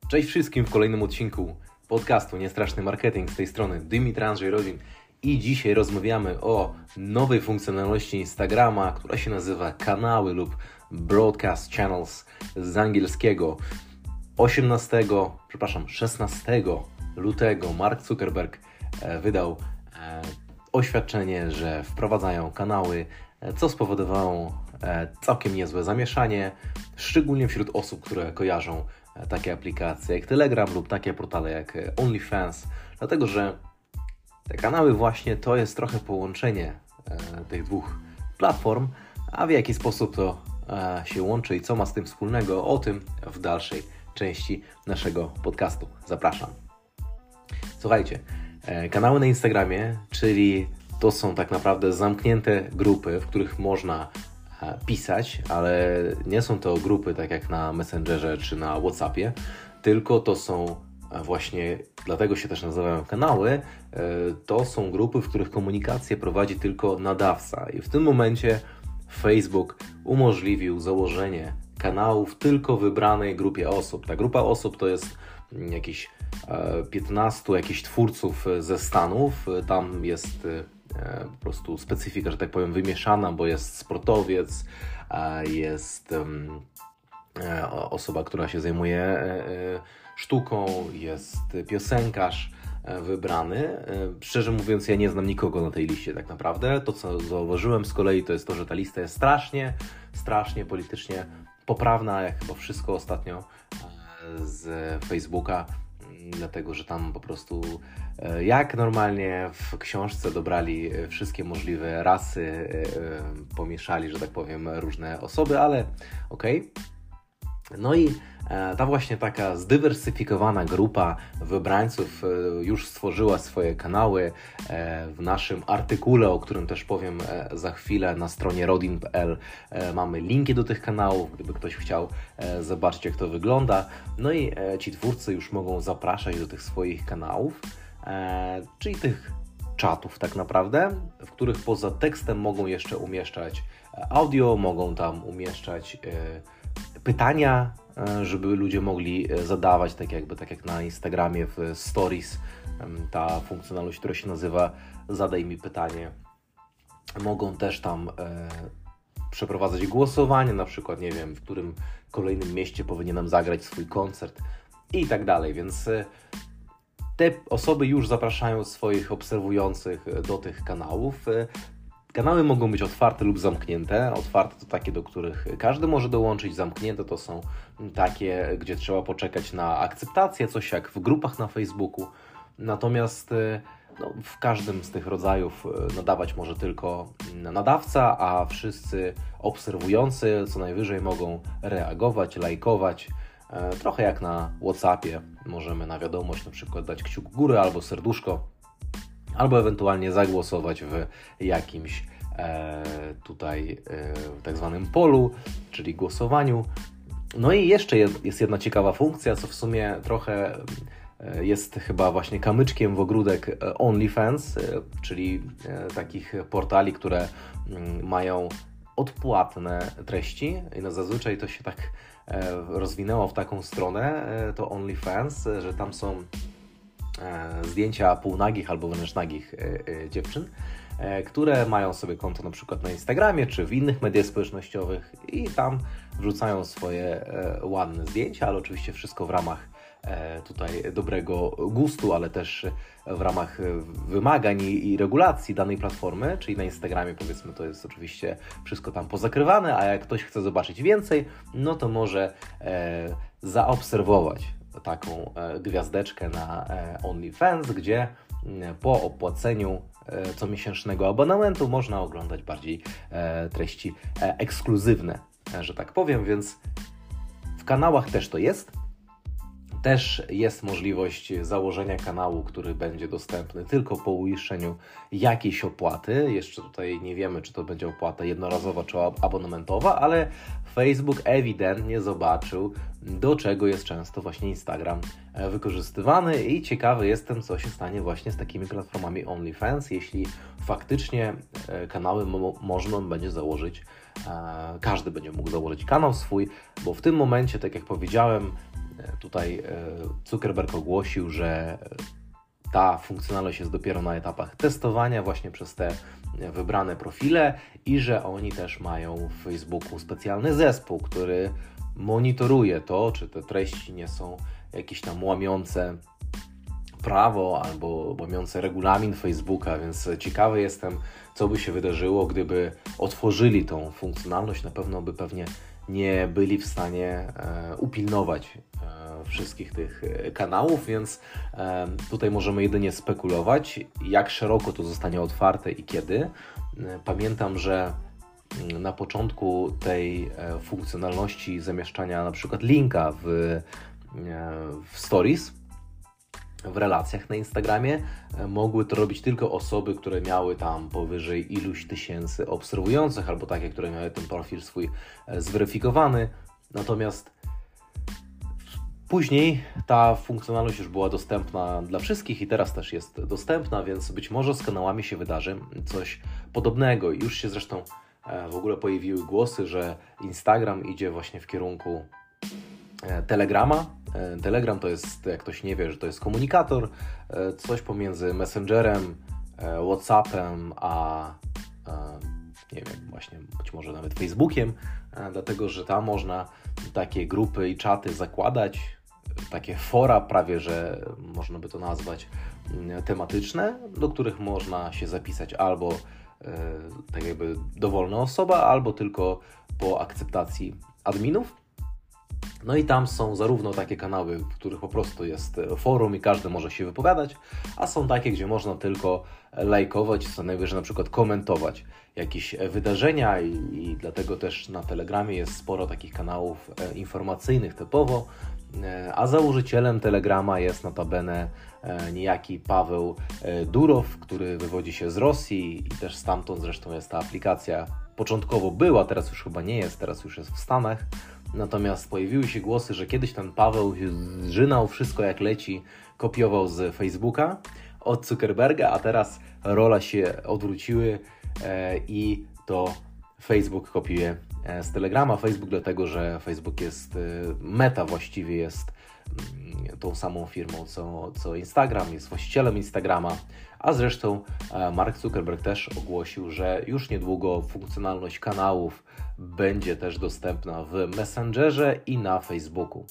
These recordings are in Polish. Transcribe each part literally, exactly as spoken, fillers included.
Cześć wszystkim w kolejnym odcinku podcastu Niestraszny Marketing. Z tej strony Dymitr Andrzej Rodzin i dzisiaj rozmawiamy o nowej funkcjonalności Instagrama, która się nazywa kanały lub broadcast channels z angielskiego. osiemnastego, przepraszam, szesnastego lutego Mark Zuckerberg wydał oświadczenie, że wprowadzają kanały, co spowodowało całkiem niezłe zamieszanie, szczególnie wśród osób, które kojarzą takie aplikacje jak Telegram lub takie portale jak OnlyFans, dlatego że te kanały właśnie to jest trochę połączenie tych dwóch platform, a w jaki sposób to się łączy i co ma z tym wspólnego, o tym w dalszej części naszego podcastu. Zapraszam. Słuchajcie, kanały na Instagramie, czyli to są tak naprawdę zamknięte grupy, w których można pisać, ale nie są to grupy tak jak na Messengerze czy na WhatsAppie, tylko to są właśnie, dlatego się też nazywają kanały, to są grupy, w których komunikację prowadzi tylko nadawca i w tym momencie Facebook umożliwił założenie kanałów tylko wybranej grupie osób. Ta grupa osób to jest jakieś piętnastu jakichś twórców ze Stanów, tam jest po prostu specyfika, że tak powiem, wymieszana, bo jest sportowiec, jest osoba, która się zajmuje sztuką, jest piosenkarz wybrany. Szczerze mówiąc, ja nie znam nikogo na tej liście tak naprawdę. To, co zauważyłem z kolei, to jest to, że ta lista jest strasznie, strasznie politycznie poprawna, jak chyba wszystko ostatnio z Facebooka, dlatego że tam po prostu jak normalnie w książce dobrali wszystkie możliwe rasy, pomieszali, że tak powiem, różne osoby, ale okej. Okay. No i ta właśnie taka zdywersyfikowana grupa wybrańców już stworzyła swoje kanały. W naszym artykule, o którym też powiem za chwilę, na stronie rodin kropka p l mamy linki do tych kanałów, gdyby ktoś chciał zobaczyć, jak to wygląda. No i ci twórcy już mogą zapraszać do tych swoich kanałów, czyli tych czatów tak naprawdę, w których poza tekstem mogą jeszcze umieszczać audio, mogą tam umieszczać pytania, żeby ludzie mogli zadawać, tak jakby tak jak na Instagramie w Stories, ta funkcjonalność, która się nazywa Zadaj mi pytanie. Mogą też tam e, przeprowadzać głosowanie, na przykład, nie wiem, w którym kolejnym mieście powinienem zagrać swój koncert i tak dalej, więc e, te osoby już zapraszają swoich obserwujących do tych kanałów. E, Kanały mogą być otwarte lub zamknięte. Otwarte to takie, do których każdy może dołączyć. Zamknięte to są takie, gdzie trzeba poczekać na akceptację, coś jak w grupach na Facebooku. Natomiast no, w każdym z tych rodzajów nadawać może tylko nadawca, a wszyscy obserwujący co najwyżej mogą reagować, lajkować. Trochę jak na WhatsAppie. Możemy na wiadomość na przykład dać kciuk w górę albo serduszko, albo ewentualnie zagłosować w jakimś e, tutaj e, tak zwanym polu, czyli głosowaniu. No i jeszcze jest jedna ciekawa funkcja, co w sumie trochę e, jest chyba właśnie kamyczkiem w ogródek OnlyFans, e, czyli e, takich portali, które m, mają odpłatne treści. I no zazwyczaj to się tak e, rozwinęło w taką stronę, e, to OnlyFans, e, że tam są zdjęcia półnagich albo wręcz nagich dziewczyn, które mają sobie konto na przykład na Instagramie czy w innych mediach społecznościowych i tam wrzucają swoje ładne zdjęcia, ale oczywiście wszystko w ramach tutaj dobrego gustu, ale też w ramach wymagań i regulacji danej platformy, czyli na Instagramie powiedzmy to jest oczywiście wszystko tam pozakrywane, a jak ktoś chce zobaczyć więcej, no to może zaobserwować taką gwiazdeczkę na OnlyFans, gdzie po opłaceniu comiesięcznego abonamentu można oglądać bardziej treści ekskluzywne, że tak powiem, więc w kanałach też to jest. Też jest możliwość założenia kanału, który będzie dostępny tylko po uiszczeniu jakiejś opłaty. Jeszcze tutaj nie wiemy, czy to będzie opłata jednorazowa, czy abonamentowa, ale Facebook ewidentnie zobaczył, do czego jest często właśnie Instagram wykorzystywany i ciekawy jestem, co się stanie właśnie z takimi platformami OnlyFans, jeśli faktycznie kanały mo- można będzie założyć, każdy będzie mógł założyć kanał swój, bo w tym momencie, tak jak powiedziałem, Tutaj Zuckerberg ogłosił, że ta funkcjonalność jest dopiero na etapach testowania właśnie przez te wybrane profile i że oni też mają w Facebooku specjalny zespół, który monitoruje to, czy te treści nie są jakieś tam łamiące prawo albo łamiące regulamin Facebooka, więc ciekawy jestem, co by się wydarzyło, gdyby otworzyli tą funkcjonalność. Na pewno by pewnie nie byli w stanie e, upilnować e, wszystkich tych kanałów, więc e, tutaj możemy jedynie spekulować, jak szeroko to zostanie otwarte i kiedy. E, pamiętam, że na początku tej e, funkcjonalności zamieszczania na przykład linka w, e, w Stories, w relacjach na Instagramie, mogły to robić tylko osoby, które miały tam powyżej iluś tysięcy obserwujących, albo takie, które miały ten profil swój zweryfikowany. Natomiast później ta funkcjonalność już była dostępna dla wszystkich i teraz też jest dostępna, więc być może z kanałami się wydarzy coś podobnego. Już się zresztą w ogóle pojawiły głosy, że Instagram idzie właśnie w kierunku Telegrama. Telegram to jest, jak ktoś nie wie, że to jest komunikator, coś pomiędzy Messengerem, WhatsAppem, a nie wiem, właśnie być może nawet Facebookiem, dlatego, że tam można takie grupy i czaty zakładać, takie fora prawie, że można by to nazwać tematyczne, do których można się zapisać albo tak jakby dowolna osoba, albo tylko po akceptacji adminów. No i tam są zarówno takie kanały, w których po prostu jest forum i każdy może się wypowiadać, a są takie, gdzie można tylko lajkować, co najwyżej na przykład komentować jakieś wydarzenia i, i dlatego też na Telegramie jest sporo takich kanałów informacyjnych typowo, a założycielem Telegrama jest notabene niejaki Paweł Durow, który wywodzi się z Rosji i też stamtąd zresztą jest ta aplikacja. Początkowo była, teraz już chyba nie jest, teraz już jest w Stanach. Natomiast pojawiły się głosy, że kiedyś ten Paweł zżynał wszystko jak leci, kopiował z Facebooka od Zuckerberga, a teraz rola się odwróciły i to Facebook kopiuje z Telegrama. Facebook dlatego, że Facebook jest, Meta właściwie jest tą samą firmą co, co Instagram, jest właścicielem Instagrama, a zresztą Mark Zuckerberg też ogłosił, że już niedługo funkcjonalność kanałów będzie też dostępna w Messengerze i na Facebooku.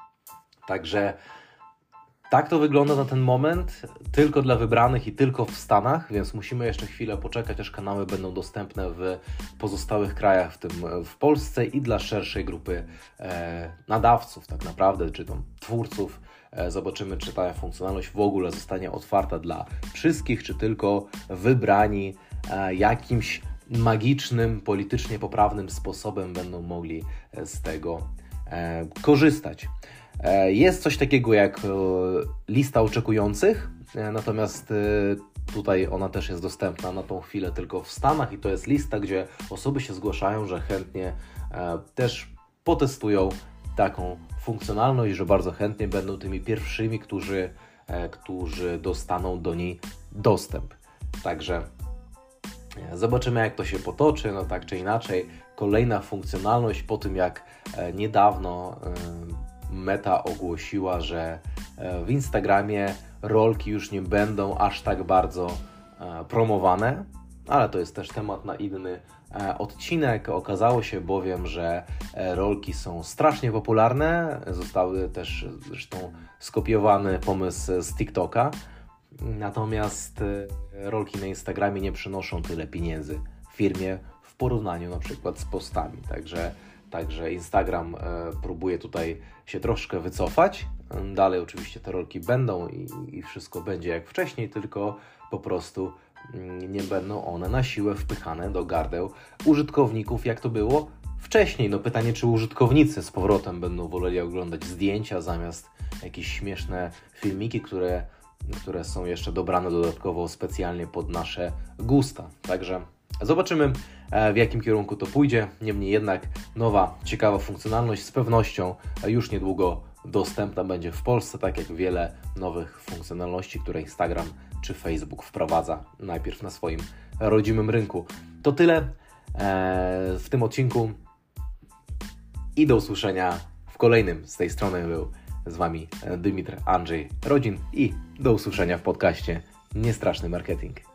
Także tak to wygląda na ten moment, tylko dla wybranych i tylko w Stanach, więc musimy jeszcze chwilę poczekać, aż kanały będą dostępne w pozostałych krajach, w tym w Polsce i dla szerszej grupy e, nadawców tak naprawdę, czy tam twórców. E, zobaczymy, czy ta funkcjonalność w ogóle zostanie otwarta dla wszystkich, czy tylko wybrani e, jakimś magicznym, politycznie poprawnym sposobem będą mogli z tego e, korzystać. Jest coś takiego jak lista oczekujących, natomiast tutaj ona też jest dostępna na tą chwilę tylko w Stanach i to jest lista, gdzie osoby się zgłaszają, że chętnie też potestują taką funkcjonalność, że bardzo chętnie będą tymi pierwszymi, którzy, którzy dostaną do niej dostęp. Także zobaczymy, jak to się potoczy, no tak czy inaczej. Kolejna funkcjonalność po tym, jak niedawno Meta ogłosiła, że w Instagramie rolki już nie będą aż tak bardzo promowane, ale to jest też temat na inny odcinek. Okazało się bowiem, że rolki są strasznie popularne, zostały też zresztą skopiowany pomysł z TikToka, natomiast rolki na Instagramie nie przynoszą tyle pieniędzy firmie w porównaniu na przykład z postami, także Także Instagram e, próbuje tutaj się troszkę wycofać. Dalej oczywiście te rolki będą i, i wszystko będzie jak wcześniej, tylko po prostu mm, nie będą one na siłę wpychane do gardeł użytkowników, jak to było wcześniej. No pytanie, czy użytkownicy z powrotem będą woleli oglądać zdjęcia zamiast jakieś śmieszne filmiki, które, które są jeszcze dobrane dodatkowo specjalnie pod nasze gusta. Także zobaczymy, w jakim kierunku to pójdzie. Niemniej jednak nowa, ciekawa funkcjonalność z pewnością już niedługo dostępna będzie w Polsce, tak jak wiele nowych funkcjonalności, które Instagram czy Facebook wprowadza najpierw na swoim rodzimym rynku. To tyle w tym odcinku i do usłyszenia w kolejnym. Z tej strony był Z Wami Dymitr, Andrzej, Rodzin i do usłyszenia w podcaście Niestraszny Marketing.